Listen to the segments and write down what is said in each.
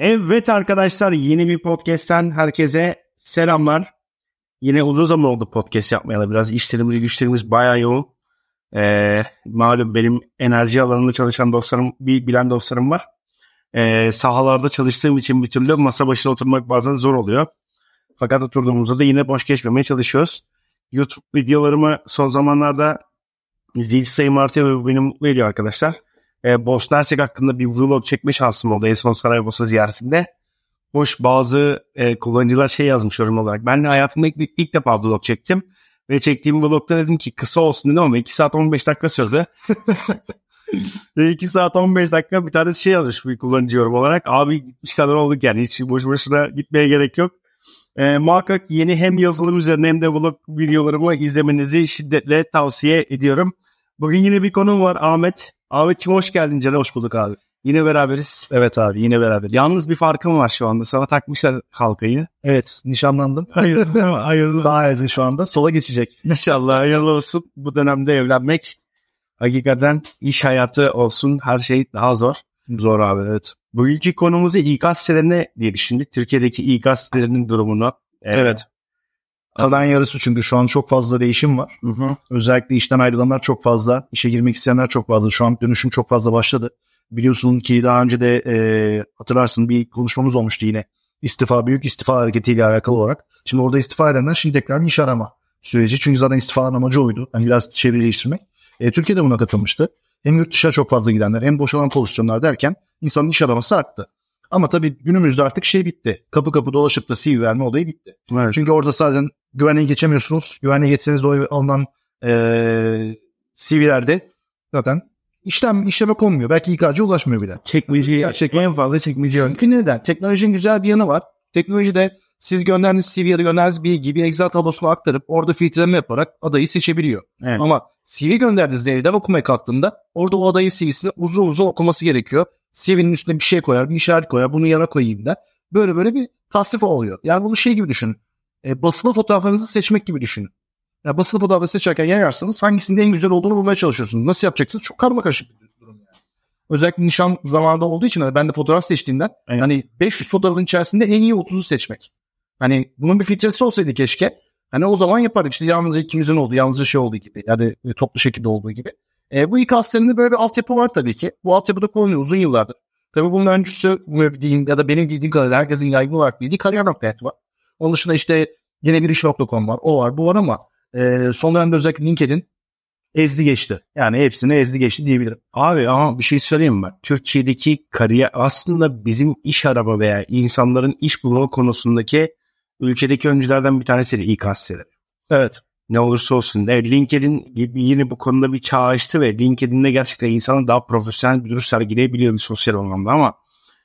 Evet arkadaşlar, yeni bir podcast'ten herkese selamlar. Yine uzun zaman oldu podcast yapmayalı. Biraz güçlerimiz bayağı yoğun. Malum benim enerji alanında çalışan dostlarım, bilen dostlarım var. Sahalarda çalıştığım için bir türlü masa başına oturmak bazen zor oluyor. Fakat oturduğumuzda da yine boş geçmemeye çalışıyoruz. YouTube videolarımı son zamanlarda izleyici sayım artıyor ve bu beni mutlu ediyor arkadaşlar. Bosna Hersek hakkında bir vlog çekme şansım oldu en son Saraybosna ziyaretinde. Hoş, bazı kullanıcılar şey yazmış yorum olarak. Ben de hayatımda ilk defa vlog çektim. Ve çektiğim vlogda dedim ki kısa olsun dedim ama 2 saat 15 dakika sürdü. Ve 2 saat 15 dakika bir tane şey yazmış bir kullanıcı yorum olarak. Abi gitmiş kadar olduk yani, hiç boş boşuna gitmeye gerek yok. Muhakkak yeni hem yazılım üzerine hem de vlog videolarımı izlemenizi şiddetle tavsiye ediyorum. Bugün yine bir konum var, Ahmet. Ahmetciğim hoş geldin canım. Hoş bulduk abi. Yine beraberiz. Evet abi, yine beraber. Yalnız bir farkım var şu anda. Sana takmışlar halkayı. Evet, nişanlandım. Hayırlı. Sağ elin şu anda sola geçecek. İnşallah hayırlı olsun. Bu dönemde evlenmek hakikaten iş hayatı olsun, her şey daha zor. Zor abi, evet. Bugünkü konumuzu ikaz sitelerine diye düşündük. Türkiye'deki ikaz sitelerinin durumunu. Evet. Kalan yarısı, çünkü şu an çok fazla değişim var. Hı. Özellikle işten ayrılanlar çok fazla. İşe girmek isteyenler çok fazla. Şu an dönüşüm çok fazla başladı. Biliyorsun ki daha önce de hatırlarsın bir konuşmamız olmuştu yine. Büyük istifa hareketiyle alakalı olarak. Şimdi orada istifa edenler şimdi tekrar iş arama süreci. Çünkü zaten istifanın amacı oydu. Yani biraz çevre değiştirmek. Türkiye'de buna katılmıştı. Hem yurt dışına çok fazla gidenler hem boşalan pozisyonlar derken insanın iş araması arttı. Ama tabii günümüzde artık şey bitti. Kapı kapı dolaşıp da CV verme olayı bitti. Evet. Çünkü orada zaten güvenliğe geçemiyorsunuz. Güvenliğe geçseniz de o alınan CV'lerde zaten işleme konmuyor. Belki İK'cıya ulaşmıyor bile. En fazla çekmeyeceği. Çünkü neden? Teknolojinin güzel bir yanı var. Teknolojide siz gönderdiğiniz CV ya da gönderdiğiniz bilgi bir Excel tablosuna aktarıp orada filtreleme yaparak adayı seçebiliyor. Evet. Ama CV gönderdiğinizde elden okumaya kalktığında orada o adayı CV'sini uzun uzun okuması gerekiyor. CV'nin üstüne bir şey koyar, bir işaret koyar, bunu yana koyayım da. Böyle bir tasnif oluyor. Yani bunu şey gibi düşünün. Basılı fotoğraflarınızı seçmek gibi düşünün. Yani basılı fotoğrafı seçerken yayarsınız, hangisinin en güzel olduğunu bulmaya çalışıyorsunuz. Nasıl yapacaksınız? Çok karmakarışık bir durum yani. Özellikle nişan zamanında olduğu için ben de fotoğraf seçtiğimden hani 500 fotoğrafın içerisinde en iyi 30'u seçmek. Hani bunun bir filtresi olsaydı keşke. Hani o zaman yapardık. İşte yalnızca ikimizin olduğu, yalnızca şey olduğu gibi. Yani toplu şekilde olduğu gibi. Bu ikazlarında böyle bir altyapı var tabii ki. Bu altyapıda kullanılıyor uzun yıllardır. Tabii bunun öncüsü diyeyim ya da benim bildiğim kadarıyla herkesin yaygın olarak bildiği kariyer.net var. Onun dışında işte yine bir iş.com var. O var, bu var ama son dönemde özellikle LinkedIn ezdi geçti. Yani hepsini ezdi geçti diyebilirim. Abi ama bir şey söyleyeyim mi? Türkiye'deki kariyer aslında bizim iş arama veya insanların iş bulma konusundaki ülkedeki öncülerden bir tanesi de ikaz siteleri. Evet. Ne olursa olsun. LinkedIn gibi yine bu konuda bir çağ açtı ve LinkedIn'de gerçekten insanın daha profesyonel bir duruş sergileyebiliyor bir sosyal anlamda ama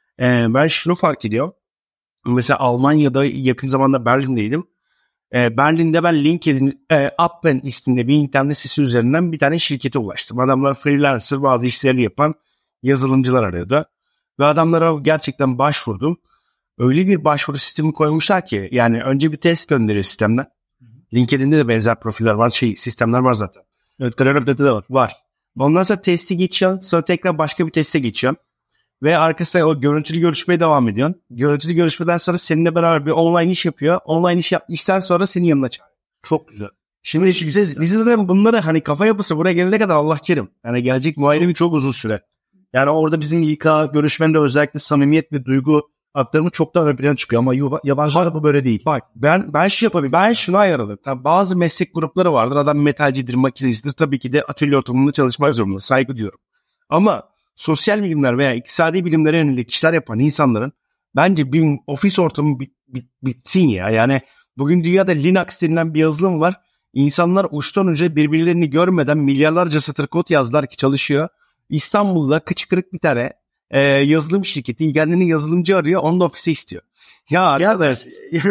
ben şunu fark ediyorum. Mesela Almanya'da yakın zamanda Berlin'deydim. Berlin'de ben LinkedIn Appen isminde bir internet sitesi üzerinden bir tane şirkete ulaştım. Adamlar freelancer, bazı işleri yapan yazılımcılar arıyordu. Ve adamlara gerçekten başvurdum. Öyle bir başvuru sistemi koymuşlar ki yani önce bir test gönderiyor sistemden. LinkedIn'de de benzer profiller var, sistemler var zaten. Evet, Kariyer.net'te de var. Ondan sonra testi geçiyorsun, sonra tekrar başka bir teste geçiyorsun. Ve arkasında o görüntülü görüşmeye devam ediyorsun. Görüntülü görüşmeden sonra seninle beraber bir online iş yapıyor. Online iş yaptıktan sonra senin yanına çağırıyor. Çok güzel. Şimdi biz zaten bunları hani kafa yapısı buraya gelene kadar Allah kerim. Yani gelecek muayenemi Çok uzun süre. Yani orada bizim İK görüşmende özellikle samimiyet ve duygu aktarımı çok daha ön plana çıkıyor ama yabancılarda bu böyle değil. Bak ben şey yapabilirim. Ben şuna ayarladım. Tabii bazı meslek grupları vardır. Adam metalcidir, makinecidir. Tabii ki de atölye ortamında çalışmak zorunda. Saygı duyuyorum. Ama sosyal bilimler veya iktisadi bilimlere yönelik işler yapan insanların bence bir ofis ortamı bitsin ya. Yani bugün dünyada Linux denilen bir yazılım var. İnsanlar uçtan uca birbirlerini görmeden milyarlarca satır kod yazdılar ki çalışıyor. İstanbul'da kıçı kırık bir tane yazılım şirketi kendini yazılımcı arıyor. Onu da ofise istiyor. Ya arkadaş.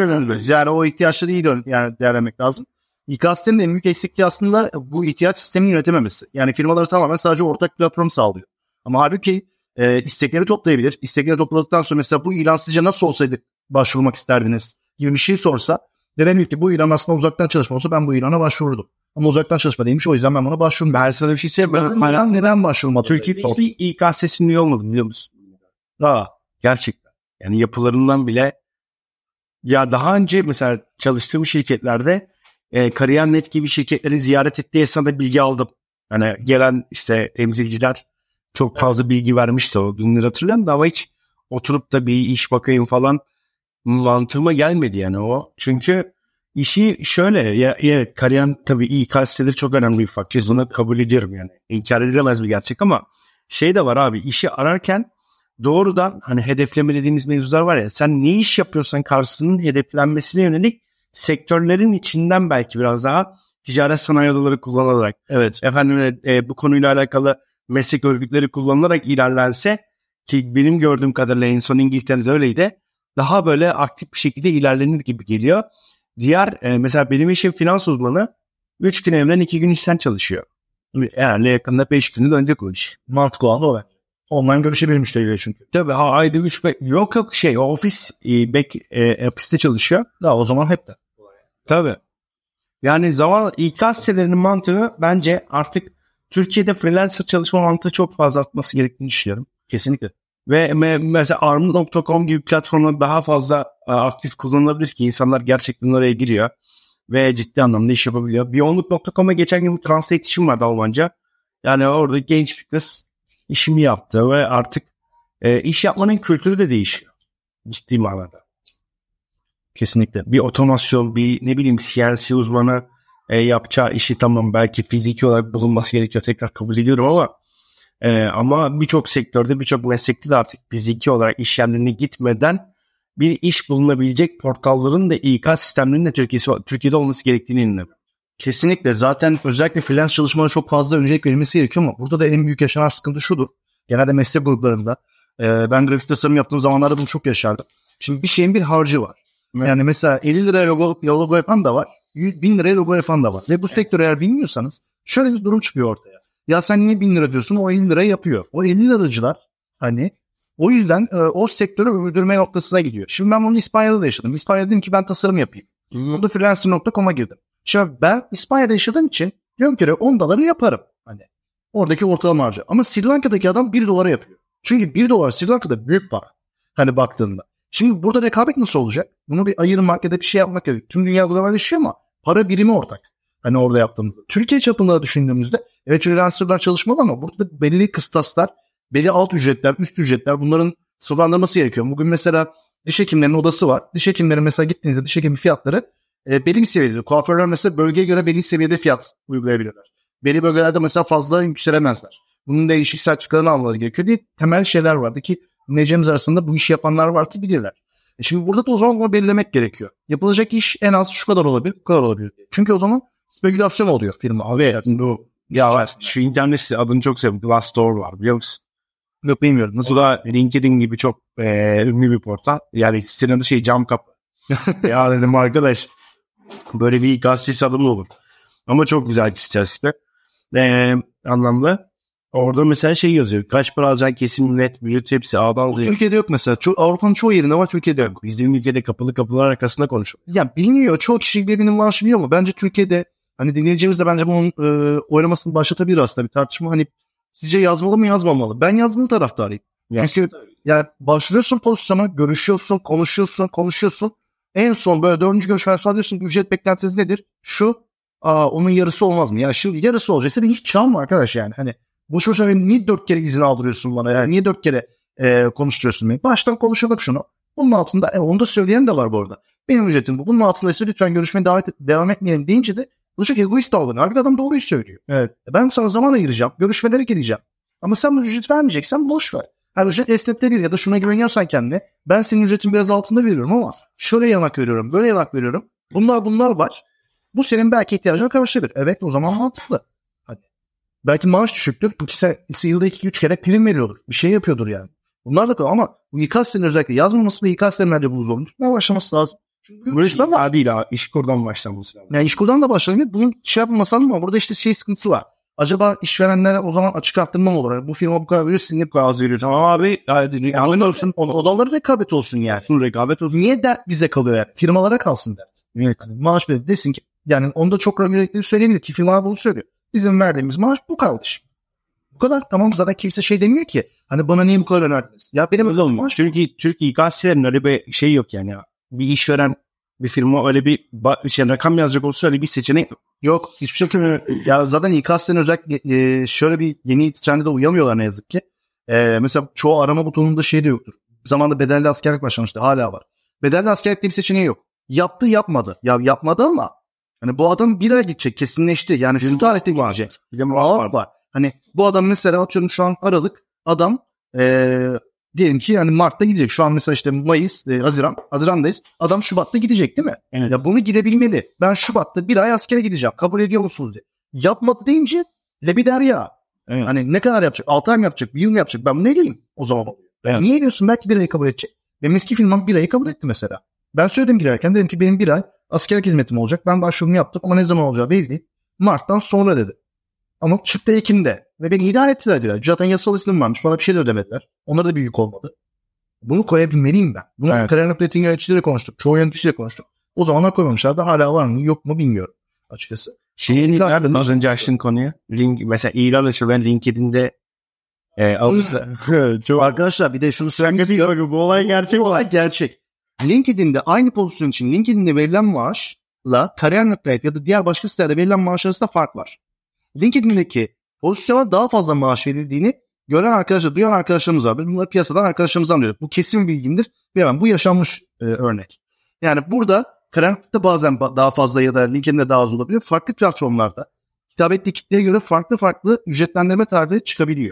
Yani o ihtiyaçları iyi değerlendirmek lazım. İK'nin en büyük eksikliği aslında bu ihtiyaç sistemini yönetememesi. Yani firmaları tamamen sadece ortak platform sağlıyor. Ama halbuki istekleri toplayabilir. İstekleri topladıktan sonra mesela bu ilan sizce nasıl olsaydı başvurmak isterdiniz gibi bir şey sorsa, dedim ki bu ilan aslında uzaktan çalışma olsa ben bu ilana başvururdum. Ama uzaktan çalışma değilmiş, o yüzden ben buna başvurmadım. Ben sana bir şey söyleyeyim. Ben neden başvurmadım? Türkiye'de hiçbir İK sitesinin üye olmadım biliyor musun? Daha. Gerçekten. Yani yapılarından bile. Ya daha önce mesela çalıştığım şirketlerde Kariyer.net gibi şirketleri ziyaret ettiği esnada bilgi aldım. Hani gelen işte temsilciler çok fazla bilgi vermişti, o günleri hatırlıyorum da, ama hiç oturup da bir iş bakayım falan mantığıma gelmedi yani o. Çünkü işi şöyle ya, evet, kariyer tabii İK siteleri çok önemli bir faktör. Bunu kabul ediyorum yani. İnkar edilemez bir gerçek ama şey de var abi, işi ararken doğrudan hani hedefleme dediğimiz mevzular var ya, sen ne iş yapıyorsan karşısının hedeflenmesine yönelik sektörlerin içinden belki biraz daha ticaret sanayi odaları kullanılarak, Evet. efendim bu konuyla alakalı meslek örgütleri kullanılarak ilerlense, ki benim gördüğüm kadarıyla en son İngiltere'de öyleydi, daha böyle aktif bir şekilde ilerlenir gibi geliyor. Diğer mesela benim eşim finans uzmanı, 3 gün evden 2 gün işten çalışıyor. Yani yakında 5 günü dönecek o iş. Mantıklı olan o bence. Online görüşebilir müşteriyle çünkü. Tabii ayda 3 yok o ofis ofiste çalışıyor. Ya o zaman hep de. Tabii. Yani zaman İK sitelerinin mantığı bence artık Türkiye'de freelancer çalışma mantığı çok fazla artması gerektiğini düşünüyorum. Kesinlikle. Ve mesela armut.com gibi platformlar daha fazla aktif kullanılabilir ki insanlar gerçekten oraya giriyor ve ciddi anlamda iş yapabiliyor. Biyonluk.com'a geçen gün bir translate işim vardı Almanca. Yani orada genç bir kız işimi yaptı ve artık iş yapmanın kültürü de değişiyor. Ciddi manada. Kesinlikle. Bir otomasyon, bir ne bileyim CNC uzmanı yapacağı işi tamam belki fiziki olarak bulunması gerekiyor, tekrar kabul ediyorum ama birçok sektörde, birçok meslekte de artık fiziki olarak iş yerlerine gitmeden bir iş bulunabilecek portalların da İK sistemlerinin de Türkiye'de olması gerektiğini inanıyorum. Kesinlikle. Zaten özellikle freelance çalışmalara çok fazla öncelik verilmesi gerekiyor ama burada da en büyük yaşanan sıkıntı şudur. Genelde meslek gruplarında ben grafik tasarım yaptığım zamanlarda bunu çok yaşardım. Şimdi bir şeyin bir harcı var. Evet. Yani mesela 50 liraya logo yapan da var. 1000 liraya logo yapan da var. Ve bu sektörü eğer bilmiyorsanız şöyle bir durum çıkıyor ortaya. Ya sen niye 1000 lira diyorsun? O 50 liraya yapıyor. O 50 liracılar hani o yüzden o sektörü öldürme noktasına gidiyor. Şimdi ben bunu İspanya'da da yaşadım. İspanya'da dedim ki ben tasarım yapayım. Burada freelancer.com'a girdim. Şimdi ben İspanya'da yaşadığım için diyorum ki $10 yaparım. Hani oradaki ortalama harcı. Ama Sri Lanka'daki adam $1 yapıyor. Çünkü $1 Sri Lanka'da büyük para. Hani baktığında. Şimdi burada rekabet nasıl olacak? Bunu bir ayırmak ya da bir şey yapmak gerekiyor. Tüm dünya globalleşiyor ama para birimi ortak. Hani orada yaptığımızda. Türkiye çapında düşündüğümüzde evet freelancerlar çalışmalı ama burada belirli kıstaslar, belli alt ücretler, üst ücretler, bunların sınırlandırması gerekiyor. Bugün mesela diş hekimlerinin odası var. Diş hekimleri mesela gittiğinizde diş hekimi fiyatları belli bir seviyede. Kuaförler mesela bölgeye göre belli seviyede fiyat uygulayabiliyorlar. Belli bölgelerde mesela fazla yükselemezler. Bunun değişik sertifikalarını almaları gerekiyor diye temel şeyler vardı ki dinleyeceğimiz arasında bu işi yapanlar var ki bilirler. Şimdi burada da o zaman bunu belirlemek gerekiyor. Yapılacak iş en az şu kadar olabilir, bu kadar olabilir diye. Çünkü o zaman spekülasyon oluyor firma. Abi ya şu internet sitesi adını çok seviyorum. Glassdoor var biliyor musun? Yok bilmiyorum. Nasıl da LinkedIn gibi çok ünlü bir portal. Yani sitenin adı cam kapı. Ya dedim arkadaş böyle bir gazetesi adı mı olur? Ama çok güzel bir site anlamda. Orada mesela şey yazıyor. Kaç para alacaksın kesin net büyüt hepsi A'dan Z'ye. Türkiye'de yok mesela. Avrupa'nın çoğu yerinde var, Türkiye'de yok. Bizim ülkede kapalı kapılar arkasında konuşuyor. Ya biliniyor. Çoğu kişi birbirinin maaşı biliyor ama bence Türkiye'de hani dinleyeceğimiz de bence bunun oylamasını başlatabilir aslında bir tartışma. Hani sizce yazmalı mı yazmamalı? Ben yazmalı taraftarıyım. Çünkü yani başlıyorsun pozisyona, görüşüyorsun, konuşuyorsun. En son böyle 4. görüşmeden sonra diyorsun ki ücret beklentiniz nedir? Onun yarısı olmaz mı? Ya şu yarısı olacaksa bir hiç çalma arkadaş yani. Hani boş boşuna niye 4 kere izin aldırıyorsun bana yani? Niye 4 kere konuşturuyorsun beni? Baştan konuşalım şunu. Bunun altında onu da söyleyen de var bu arada. Benim ücretim bu. Bunun altında ise lütfen görüşmeye devam etmeyelim deyince de bu çok egoist davranıyor. Abi adam doğruyu söylüyor. Evet. Ben sana zaman ayıracağım. Görüşmelere geleceğim. Ama sen bu ücret vermeyeceksen boş ver. Her ücret esnetilebilir ya da şuna güveniyorsan kendine. Ben senin ücretin biraz altında veriyorum ama şöyle yanak veriyorum, böyle yanak veriyorum. Bunlar var. Bu senin belki ihtiyacına karşılaşır. Evet o zaman mantıklı. Hadi. Belki maaş düşüktür. Yılda 2-3 kere prim veriyordur. Bir şey yapıyordur yani. Bunlar da ama bu İK sitenin özellikle yazmaması ve İK sitenin bence bunu zorunlu tutmaya başlaması lazım. Çünkü görüşme var değil ha. İşkur'dan başlaması lazım. Yani İşkur'dan da başlanıyor. Bunun şey yapılması lazım ama burada işte sıkıntısı var. Acaba işverenlere o zaman açık arttırma mı olur? Yani bu firma bu kadar veriyor, siz niye bu kadar az veriyorsunuz? Tamam abi. Rekabet olsun. Odaları rekabet olsun yani. Rekabet olsun. Niye dert bize kalıyor yani? Firmalara kalsın dert. Evet. Yani maaş böyle desin ki yani onda çok yürekli söyleyebilir ki firmalar bunu söylüyor. Bizim verdiğimiz maaş bu kardeşim. Bu kadar. Tamam, zaten kimse şey demiyor ki. Hani bana niye bu kadar önerdiniz? Ya benim öyle olmuş. Çünkü Türk İK sitelerinin öyle bir şey yok yani. Bir işveren, bir firma öyle bir rakam yazacak olsa öyle bir seçenek yok. Yok. Hiçbir şey yok. Ya zaten İK sitelerinin özellikle şöyle bir yeni trende de uyamıyorlar ne yazık ki. Mesela çoğu arama butonunda şey de yoktur. Bir zamanda bedelli askerlik başlamıştı. Hala var. Bedelli askerlik diye bir seçeneği yok. Yaptı yapmadı. Ya yapmadı ama hani bu adam bir ay gidecek, kesinleşti. Yani şu tarihte gidecek. Bir de muaf var. Hani bu adam mesela atıyorum şu an Aralık, adam diyelim ki yani Mart'ta gidecek. Şu an mesela işte Mayıs, Haziran'dayız. Adam Şubat'ta gidecek değil mi? Evet. Ya bunu gidebilmeli. Ben Şubat'ta bir ay askere gideceğim. Kabul ediyor musunuz diye. Yapmadı deyince lebiderya. Evet. Hani ne kadar yapacak? 6 ay mı yapacak? 1 yıl mı yapacak? Ben bunu ne diyeyim o zaman? Evet. Niye diyorsun? Belki bir ayı kabul edecek. Benim eski firmam bir ayı kabul etti mesela. Ben söyledim girerken, dedim ki benim bir ay askerlik hizmetim olacak. Ben başvurumu yaptım ama ne zaman olacağı belli değil. Mart'tan sonra dedi. Ama çıktı Ekim'de. Ve beni idare ettiler diyor. Zaten yasal iznim varmış. Bana bir şey de ödemediler. Onlara da bir yük olmadı. Bunu koyabilmeliyim ben. Bunu Kariyer.net'in yöneticileriyle konuştuk. Çoğu yöneticisiyle konuştuk. O zamanlar koymamışlardı. Hala var mı yok mu bilmiyorum açıkçası. Nereden az önce açtın konuyu? Mesela ilan açılan LinkedIn'de çok... Arkadaşlar bir de şunu söylemek istiyorum. Bu olay gerçek. Olay gerçek. LinkedIn'de aynı pozisyon için LinkedIn'de verilen maaşla Kariyer.net ya da diğer başka sitelerde verilen maaş arasında fark var. LinkedIn'deki pozisyona daha fazla maaş verildiğini gören arkadaşlar, duyan arkadaşlarımız var. Bunları piyasadan arkadaşlarımızdan duyuyoruz. Bu kesin bilgimdir ve hemen bu yaşanmış örnek. Yani burada Kariyer.net'te bazen daha fazla ya da LinkedIn'de daha az olabiliyor. Farklı platformlarda hitap ettiği kitleye göre farklı ücretlendirme tarifi çıkabiliyor.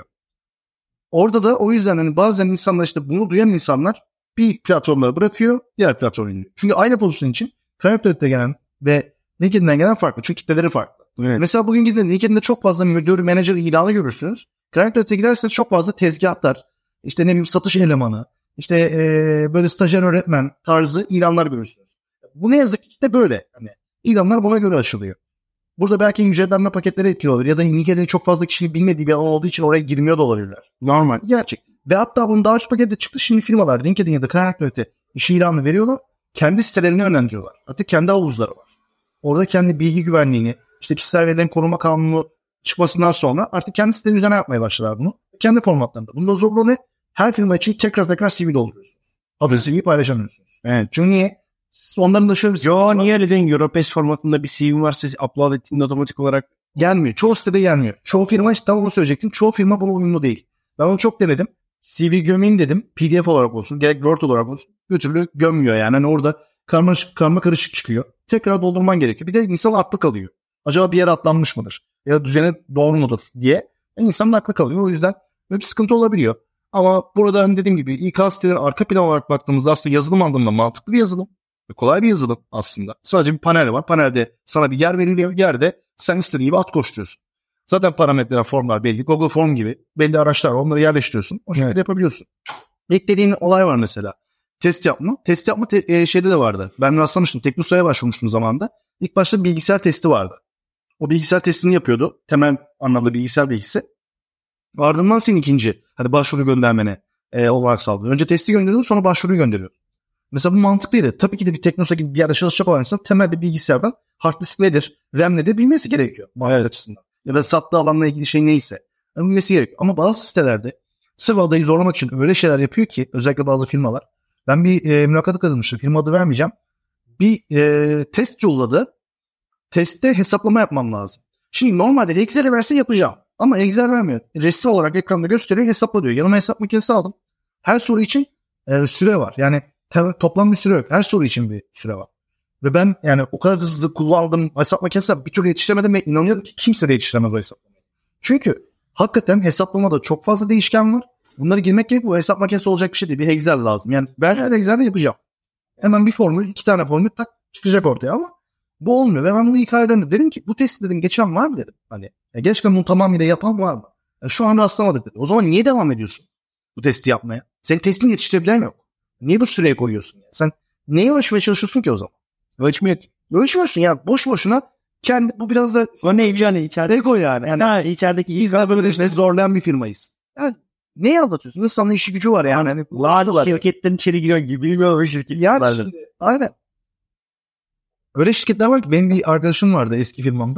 Orada da o yüzden hani bazen insanlar, işte bunu duyan insanlar bir platformları bırakıyor, diğer platforma iniyor. Çünkü aynı pozisyon için Kariyer.net'te gelen ve LinkedIn'den gelen farklı. Çünkü kitleleri farklı. Evet. Mesela bugün gidin LinkedIn'de çok fazla müdür, menajer ilanı görürsünüz. Kariyer.net'e girerseniz çok fazla tezgahlar, işte ne bileyim satış elemanı, işte böyle stajyer öğretmen tarzı ilanlar görürsünüz. Bu ne yazık ki de böyle. Hani ilanlar buna göre açılıyor. Burada belki ücretlenme paketleri etkili olabilir ya da LinkedIn'de çok fazla kişinin bilmediği bir alan olduğu için oraya girmiyor da olabilirler. Normal. Gerçek. Ve hatta bunun daha üst pakette çıktı. Şimdi firmalar LinkedIn ya da Kariyer.net'e iş ilanı veriyorlar. Kendi sitelerini yönlendiriyorlar. Artık kendi havuzları var. Orada kendi bilgi güvenliğini, işte kişisel verilerin koruma kanunu çıkmasından sonra artık kendi siteleri üzerine yapmaya başladılar bunu. Kendi formatlarında. Bunun da zorluğu ne? Her firma için tekrar CV dolduruyorsunuz. Hazır CV paylaşamıyorsunuz. Evet. Çünkü niye? Onların da şöyle bir Yo, niye öyle değil? Europass formatında bir CV'm varsa upload ettiğinde otomatik olarak gelmiyor. Çoğu sitede gelmiyor. Çoğu firma, işte tam onu söyleyecektim. Çoğu firma buna uyumlu değil. Ben onu çok denedim. CV gömeyim dedim. PDF olarak olsun, gerek Word olarak olsun. Bir türlü gömmüyor yani. Hani orada karma karışık çıkıyor. Tekrar doldurman gerekiyor. Bir de insan aklı kalıyor. Acaba bir yere atlanmış mıdır? Ya da düzene doğru mudur diye. İnsanın aklı kalıyor. O yüzden böyle bir sıkıntı olabiliyor. Ama burada hani dediğim gibi İK siteleri arka plan olarak baktığımızda aslında yazılım anlamında mantıklı bir yazılım. Ve kolay bir yazılım aslında. Sadece bir panel var. Panelde sana bir yer veriliyor. Yerde sen istediğin gibi at koşturuyorsun. Zaten parametreler, formlar belli. Google Form gibi belli araçlar var. Onları yerleştiriyorsun. O şekilde yapabiliyorsun. İlk dediğin olay var mesela. Test yapma. Test yapma şeyde de vardı. Ben rastlamıştım. Teknosa'ya başvurmuştum zamanında. İlk başta bilgisayar testi vardı. O bilgisayar testini yapıyordu. Temel anlamda bilgisayar bilgisi. Ardından senin ikinci hani başvuru göndermene olarak sağlıyor. Önce testi gönderiyordu, sonra başvuruyu gönderiyordu. Mesela bu mantıklıydı. Tabii ki de bir Teknosa gibi bir yerde çalışacak olan insan temelde bilgisayardan hard disk nedir, RAM nedir bilmesi gerekiyor. Evet. Açısından. Ya da sattığı alanla ilgili şey neyse. Bilmesi gerekiyor. Ama bazı sitelerde sırf adayı zorlamak için öyle şeyler yapıyor ki, özellikle bazı firmalar. Ben bir mülakata katılmıştım. Firma adı vermeyeceğim. Bir test yolladı. Testte hesaplama yapmam lazım. Şimdi normalde Excel'e verse yapacağım. Ama Excel vermiyor. Resim olarak ekranda gösteriyor, hesapla diyor. Yanıma hesap makinesi aldım. Her soru için süre var. Yani toplam bir süre yok. Her soru için bir süre var. Ve ben yani o kadar hızlı kullandım hesap makinesi bir türlü yetiştiremedim ve inanıyorum ki kimse de yetiştiremez o hesaplamayı. Çünkü hakikaten hesaplamada çok fazla değişken var. Bunları girmek gerekiyor. Bu hesap makinesi olacak bir şey değil. Bir Excel lazım. Yani ben Excel'de yapacağım. Hemen bir formül, 2 tane formül tak çıkacak ortaya ama bu olmuyor. Ve ben bunu hikayeye döndüm. Dedim ki bu testi dedim geçen var mı dedim. Hani gerçekten bunu tamamıyla yapan var mı? Şu an rastlamadık dedi. O zaman niye devam ediyorsun bu testi yapmaya? Senin testini yetiştirebilen yok. Niye bu süreye koyuyorsun? Yani? Sen neye ölçmeye çalışıyorsun ki o zaman? Ölçmüyorsun ya. Boş boşuna kendi, bu biraz da o ne yani içeride ego yani. Ha, içerideki biz de böyle işte zorlayan bir firmayız. Yani neyi anlatıyorsun? İnsanın işi gücü var yani. Hani large şirketlerin içeri giriyor gibi bilmiyorum o şirket. Yani şimdi, aynen. Öyle şirketler var ki, benim bir arkadaşım vardı eski firmamda.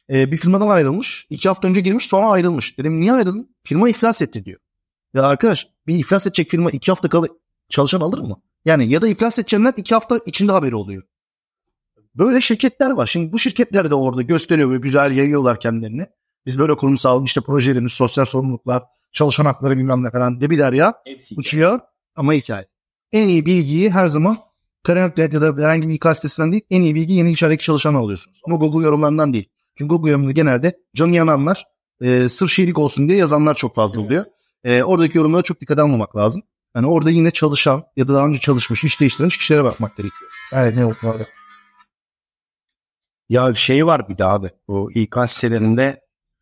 Bir firmadan ayrılmış. 2 hafta önce girmiş, sonra ayrılmış. Dedim niye ayrıldın? Firma iflas etti diyor. Ya arkadaş, bir iflas edecek firma 2 hafta çalışan alır mı? Yani ya da iflas edeceğinden 2 hafta içinde haberi oluyor. Böyle şirketler var. Şimdi bu şirketler de orada gösteriyor, böyle güzel yayıyorlar kendilerini. Biz böyle kurumsal işte projelerimiz, sosyal sorumluluklar, çalışan hakları bilmem ne falan debiler ya. Hepsi uçuyor ama hikaye. En iyi bilgiyi her zaman Kariyer.net ya da herhangi bir İK sitesinden değil, en iyi bilgi yeni içerideki çalışanı alıyorsunuz. Ama Google yorumlarından değil. Çünkü Google yorumları genelde canı yananlar, sırf şeylik olsun diye yazanlar çok fazla oluyor. Oradaki yorumlara çok dikkat almamak lazım. Yani orada yine çalışan ya da daha önce çalışmış, iş değiştirmiş kişilere bakmak gerekiyor. Evet, ne oldu orada? Ya şey var bir de abi. Bu İK sitelerinde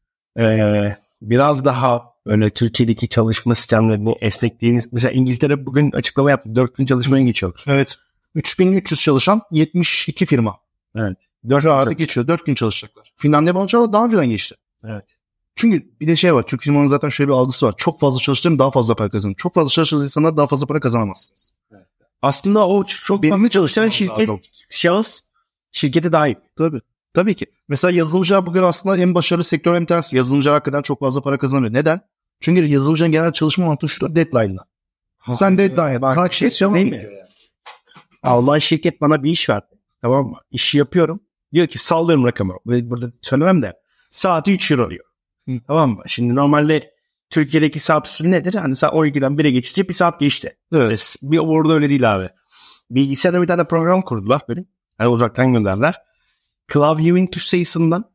biraz daha öyle Türkiye'deki çalışma sistemlerini esnekliğiniz. Mesela İngiltere bugün açıklama yaptı. 4 gün çalışmaya geçiyor. Evet. 3300 çalışan 72 firma. Evet. 4 artık geçiyor. 4 gün çalışacaklar. Finlandiya bana daha önceden geçti. Evet. Çünkü bir de şey var. Türk firmanın zaten şöyle bir algısı var. Çok fazla çalıştırın daha fazla para kazanın. Çok fazla çalıştığınız insanlar daha fazla para kazanamazsınız. Evet. Aslında o çok benim çalışan şirket, şahıs şirkete dahil. Tabii ki. Mesela yazılımcılar bugün aslında en başarılı sektör bir tanesi. Yazılımcılar hakikaten çok fazla para kazanıyor. Neden? Çünkü yazılımcının genel çalışma mantığı şu: deadline'la. Sen deadline'a kaç şey değil mi? Allah şirket bana bir iş verdi. Tamam mı? İşi yapıyorum. Diyor ki sallıyorum rakamı. Burada söylemem de. Saati 3 euro diyor. Tamam mı? Şimdi normalde Türkiye'deki saat usulü nedir? Hani saat 12'den 1'e geçince bir saat geçti. Evet. Bir orada öyle değil abi. Bilgisayarda bir tane program kurdular benim. Hani uzaktan gönderdiler. Klavyemin tuş sayısından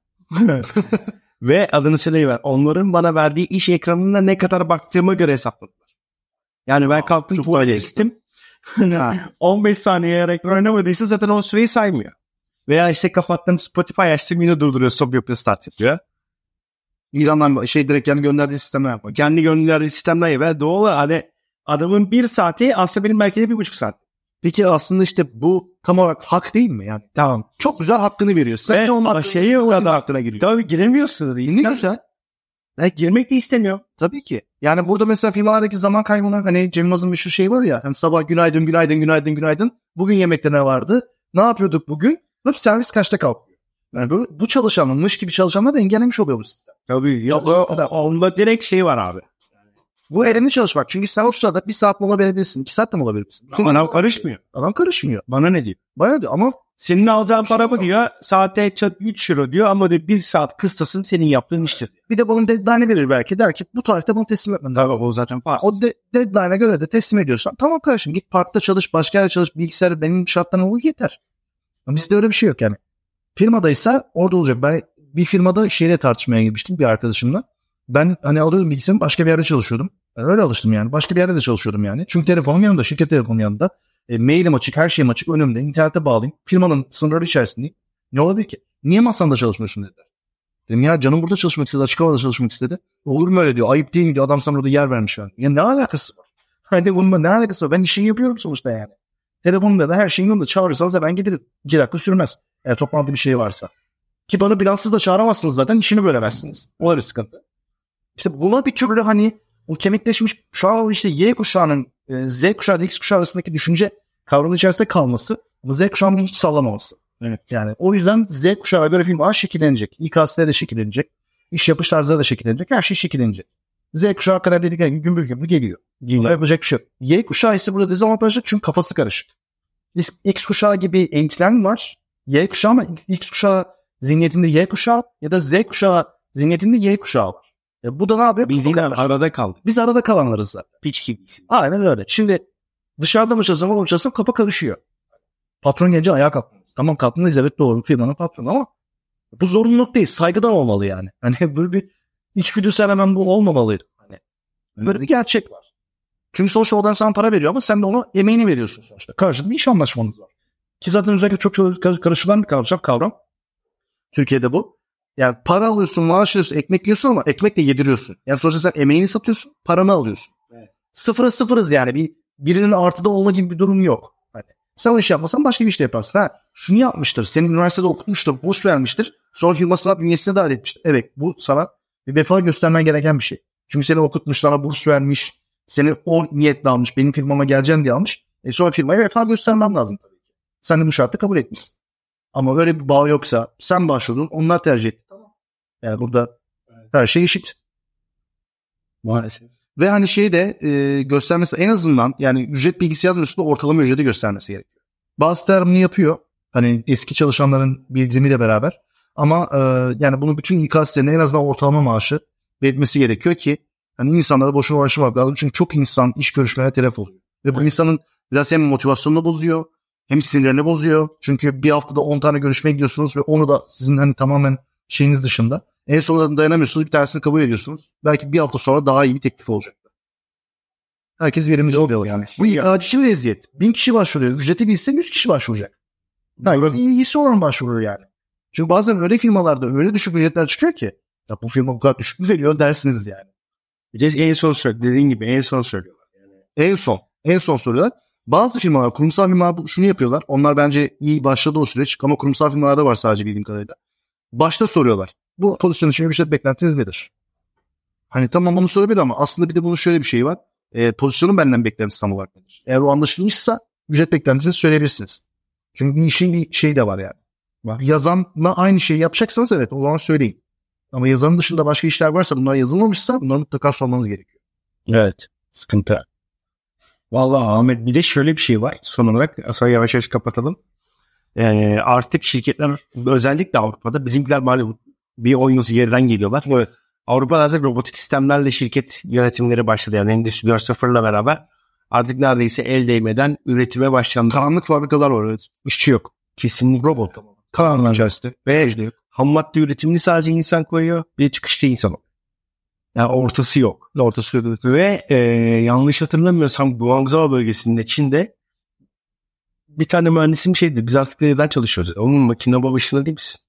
ve adını söyleyiver. Onların bana verdiği iş ekranına ne kadar baktığıma göre hesapladılar. Yani ben kalktım tuvalete gittim. 15 saniye ekran oynamadıysa zaten o süreyi saymıyor. Veya işte kapattım, Spotify açtım, yine durduruyor. Stop yapıyor, start yapıyor. İlandan direkt kendi gönderdiği sistemden yapmak. Kendi gönderdiği sistemden yapıyor. Ve doğal hani adamın 1 saati aslında benim belki de 1,5 saat. Peki aslında işte bu tam olarak hak değil mi yani? Tamam. Çok güzel hakkını veriyor. Sen de onun hakkına giriyor. Tabii giremiyorsun. Ne güzel. Girmek de istemiyor. Tabii ki. Yani burada mesela firmalardaki zaman kaybına hani Cem Yılmaz'ın meşhur şey var ya. Hani sabah günaydın. Bugün yemekte ne vardı? Ne yapıyorduk bugün? Hep servis kaçta kalkıyor? Yani böyle, bu çalışanın, gibi çalışanlar da engellemiş oluyor bu sistem. Tabii. Onda direkt şey var abi. Bu verimli çalışmak. Çünkü sen o sırada 1 saat mola verebilirsin. 2 saat de mola verebilirsin. Adam karışmıyor. Bana ne diyor? Ama senin alacağın para mı diyor? Saate 3 euro diyor ama de 1 saat kıstasın senin yaptığın iştir. Bir de bunun deadline'ı verir belki. Der ki bu tarihte bunu teslim etmen lazım. Tabii o zaten farz. O deadline'a göre de teslim ediyorsan tamam kardeşim, git parkta çalış, başka yerde çalış, bilgisayarı benim şartlarına uy yeter. Ama bizde öyle bir şey yok yani. Firmadaysa orada olacak. Ben bir firmada tartışmaya girmiştim bir arkadaşımla. Ben hani alıyordum bilgisayarımı, başka bir yerde çalışıyordum. Ben öyle alıştım yani. Başka bir yerde de çalışıyordum yani. Çünkü telefonum yanımda, şirket telefonum yanımda. Mailim açık, her şeyim açık önümde. İnternete bağlayayım. Firmanın sınırları içerisindeyim. Ne olabilir ki? Niye masanda çalışmıyorsun dediler. Dedim ya canım burada çalışmak istedi, açık havada çalışmak istedi. Olur mu öyle diyor. Ayıp değil mi diyor. Adam sana orada yer vermiş falan. Ya ne alakası var? Hani bununla ne alakası var? Ben işimi yapıyorum sonuçta yani. Telefonumda da her şeyin yolunda, çağırırsanız ben giderim. 2 dakika sürmez. Eğer toplantı bir şey varsa. Ki bana plansız da çağıramazsınız zaten. İşini bölemezsiniz. O da bir sıkıntı. İşte buna bir türlü hani o kemikleşmiş şu an işte Y kuşağının Z kuşağı ile X kuşağı arasındaki düşünce kavramı içerisinde kalması ama Z kuşağının hiç sallamaması. Evet. Yani o yüzden Z kuşağı böyle firmalar şekillenecek. İKS'de de şekillenecek. İş yapış tarzları da şekillenecek. Her şey şekillenecek. Z kuşağı kadar dedikleri gibi gümbür gümbür geliyor. Yapacak bir şey yok. Y kuşağı ise burada dezavantajlı çünkü kafası karışık. X kuşağı gibi eğitilen var. Y kuşağı ama X kuşağı zihniyetinde Y kuşağı ya da Z kuşağı zihniyetinde Y kuşağı var. Bu da ne yapıyor? Biz yine arada kaldık. Biz arada kalanlarız zaten. Piç gibiyiz. Aynen öyle. Şimdi dışarıda mı çalışsam kafa karışıyor. Patron gelince ayağa kalkmalıyız. Tamam kalktınız, evet doğru, firmanın patronu ama bu zorunluluk değil. Saygıdan olmalı yani. Hani böyle bir içgüdüsel hemen bu olmamalıydı. Hani böyle bir gerçek var. Çünkü sonuçta o adam sana para veriyor ama sen de ona emeğini veriyorsun sonuçta. Karşılıklı bir iş anlaşmanız var. Ki zaten özellikle çok karışılan bir kavram. Türkiye'de bu. Yani para alıyorsun, maaş alıyorsun, ekmek yiyorsun ama ekmekle yediriyorsun. Yani sonuçta sen emeğini satıyorsun, paranı alıyorsun. Evet. Sıfıra sıfırız yani. Birinin artıda olma gibi bir durum yok. Hani sen o işi yapmasan başka bir iş de yaparsın. Şunu yapmıştır, senin üniversitede okutmuştur, burs vermiştir, sonra firmasına bünyesine dahil etmiştir. Evet, bu sana bir vefa göstermen gereken bir şey. Çünkü seni okutmuş, sana burs vermiş, seni o niyetle almış, benim firmama geleceksin diye almış. Sonra firmaya vefa göstermen lazım tabii ki. Sen de bu şartı kabul etmişsin. Ama öyle bir bağ yoksa sen başvurdun, onlar tercih etti. Tamam. Yani burada her şey eşit. Maalesef. Ve hani göstermesi en azından yani ücret bilgisi yazmıyorsa da ortalama ücreti göstermesi gerekiyor. Bazı bunu yapıyor. Hani eski çalışanların bildirimiyle beraber. Ama yani bunu bütün İK sitelerinde en azından ortalama maaşı belirtmesi gerekiyor ki hani insanlara boşuna uğraşmamak lazım. Çünkü çok insan iş görüşmelerine telef oluyor. Ve bu insanın biraz hem motivasyonunu bozuyor hem sinirlerini bozuyor. Çünkü bir haftada 10 tane görüşmeye gidiyorsunuz ve onu da sizin hani tamamen şeyiniz dışında. En sonunda dayanamıyorsunuz, bir tanesini kabul ediyorsunuz. Belki bir hafta sonra daha iyi bir teklif olacak. Herkes verimli oluyor yani. Bu İK'cı bir eziyet. 1000 kişi başvuruyor. Ücreti bilse 100 kişi başvuracak. Yani iyisi olan başvurur yani. Çünkü bazen öyle firmalarda öyle düşük ücretler çıkıyor ki ya bu firma bu kadar düşük mü veriyor dersiniz yani. Bir de en son dediğin gibi en son söylüyorlar. Yani. En son soruyorlar. Bazı firmalar, kurumsal firmalar şunu yapıyorlar. Onlar bence iyi başladı o süreç ama kurumsal firmalarda var sadece bildiğim kadarıyla. Başta soruyorlar. Bu pozisyon için ücret beklentiniz nedir? Hani tamam bunu sorabilir ama aslında bir de bunun şöyle bir şeyi var. Pozisyonun benden beklentisi tam olarak nedir? Eğer o anlaşılmışsa ücret beklentinizi söyleyebilirsiniz. Çünkü bir işin bir şeyi de var yani. Var. Yazanla aynı şeyi yapacaksanız evet o zaman söyleyin. Ama yazanın dışında başka işler varsa bunlar yazılmamışsa bunları mutlaka sormanız gerekiyor. Evet. Sıkıntı. Vallahi Ahmet bir de şöyle bir şey var. Son olarak sonra yavaş yavaş kapatalım. Artık şirketler özellikle Avrupa'da bizimkiler malum bir 10 yıl geriden geliyorlar. Evet. Avrupa'da artık robotik sistemlerle şirket yönetimleri başladı. Yani Endüstri 4.0'la beraber artık neredeyse el değmeden üretime başlandı. Karanlık fabrikalar var evet. İşçi yok. Kesinlikle robot. Karanlık içerisinde. Ve ham madde üretimini sadece insan koyuyor. Bir de çıkışta insan oluyor. Yani ortası yok. Ortası yok. Ve yanlış hatırlamıyorsam Guangzhou bölgesinde Çin'de bir tane mühendisim şeydi. Biz artık neden çalışıyoruz? Onun makine başında değil misin?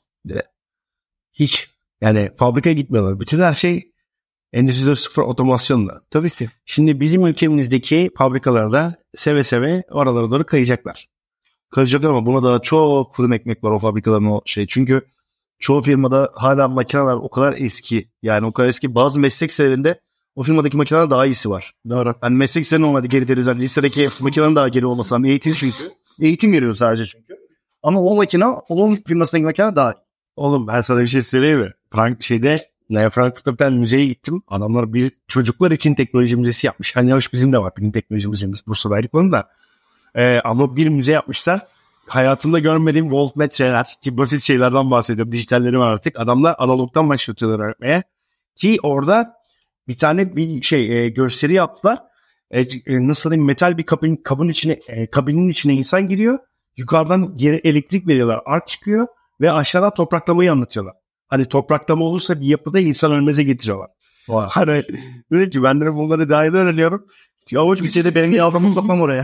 Hiç. Yani fabrikaya gitmiyorlar. Bütün her şey Endüstri 4.0 otomasyonla. Tabii ki. Şimdi bizim ülkemizdeki fabrikalarda seve seve oralara doğru kayacaklar. Kayacaklar ama buna da çok fırın ekmek var o fabrikaların o şey. Çünkü çoğu firmada hala makineler o kadar eski. Yani o kadar eski. Bazı meslek serilerinde o firmadaki makineler daha iyisi var. Doğru. Yani meslek serinin olmadı geri deriz. Yani listedeki makinenin daha geri olması lazım. Eğitim çünkü. Eğitim veriyor sadece çünkü. Ama o makine onun firmasındaki makine daha iyi. Oğlum ben sana bir şey söyleyeyim mi? Frankfurt'ta bir tane müzeye gittim. Adamlar bir çocuklar için teknoloji müzesi yapmış. Hani hoş bizim de var. Bizim teknoloji müzemiz. Bursa'daydık onu da. Ama bir müze yapmışlar. Hayatımda görmediğim voltmetreler ki basit şeylerden bahsediyorum. Dijitalleri var artık. Adamlar analogdan başlatıyorlar öğretmeye. Ki orada bir tane gösteri yaptılar. Nasıl diyeyim metal bir kabın içine kabinin içine insan giriyor. Yukarıdan geri elektrik veriyorlar. Ark çıkıyor ve aşağıdan topraklamayı anlatıyorlar. Hani topraklama olursa bir yapıda insan ölmeze getiriyorlar. Hani dedim ki ben de bunları daha iyi öğreniyorum. Avuç içeri benim yağdamı sokmam oraya.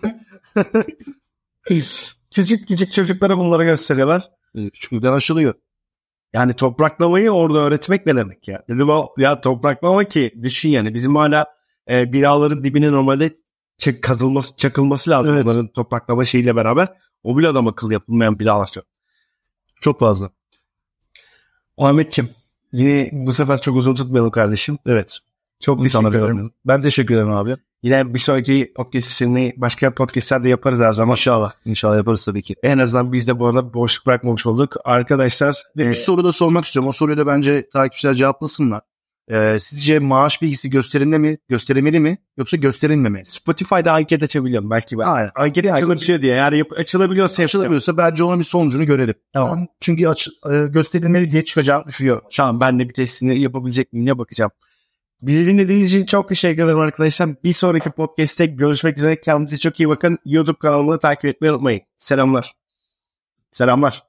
Küçük çocuklara bunları gösteriyorlar. Küçükten aşılıyor. Yani topraklamayı orada öğretmek ne demek ya? Dedim ya topraklama ki düşün yani bizim hala binaların dibine normalde çakılması lazım. Evet. Onların topraklama şeyiyle beraber. O bile adam akıllı yapılmayan binalar çok fazla. Ahmetciğim yine bu sefer çok uzun tutmayalım kardeşim. Evet. Çok teşekkür ederim. Ben teşekkür ederim abi. Yine bir sonraki podcast seninle başka podcastlerde yaparız her zaman. İnşallah yaparız tabii ki. En azından biz de bu arada boşluk bırakmamış olduk. Arkadaşlar. Bir soru da sormak istiyorum. O soruyu da bence takipçiler cevaplasınlar. Sizce maaş bilgisi gösterilmeli mi yoksa gösterilmemeli mi? Spotify'da anket açabiliyorum belki ben. Aynen. Anket açılabiliyor diye. Eğer açılabiliyorsa bence onun bir sonucunu görelim. Tamam. Çünkü gösterilmeli diye çıkacağını düşünüyorum. Tamam ben de bir testini yapabilecek miyim ne bakacağım. Bizi dinlediğiniz için çok teşekkür ederim arkadaşlar. Bir sonraki podcast'te görüşmek üzere. Kendinize çok iyi bakın. YouTube kanalımı takip etmeyi unutmayın. Selamlar.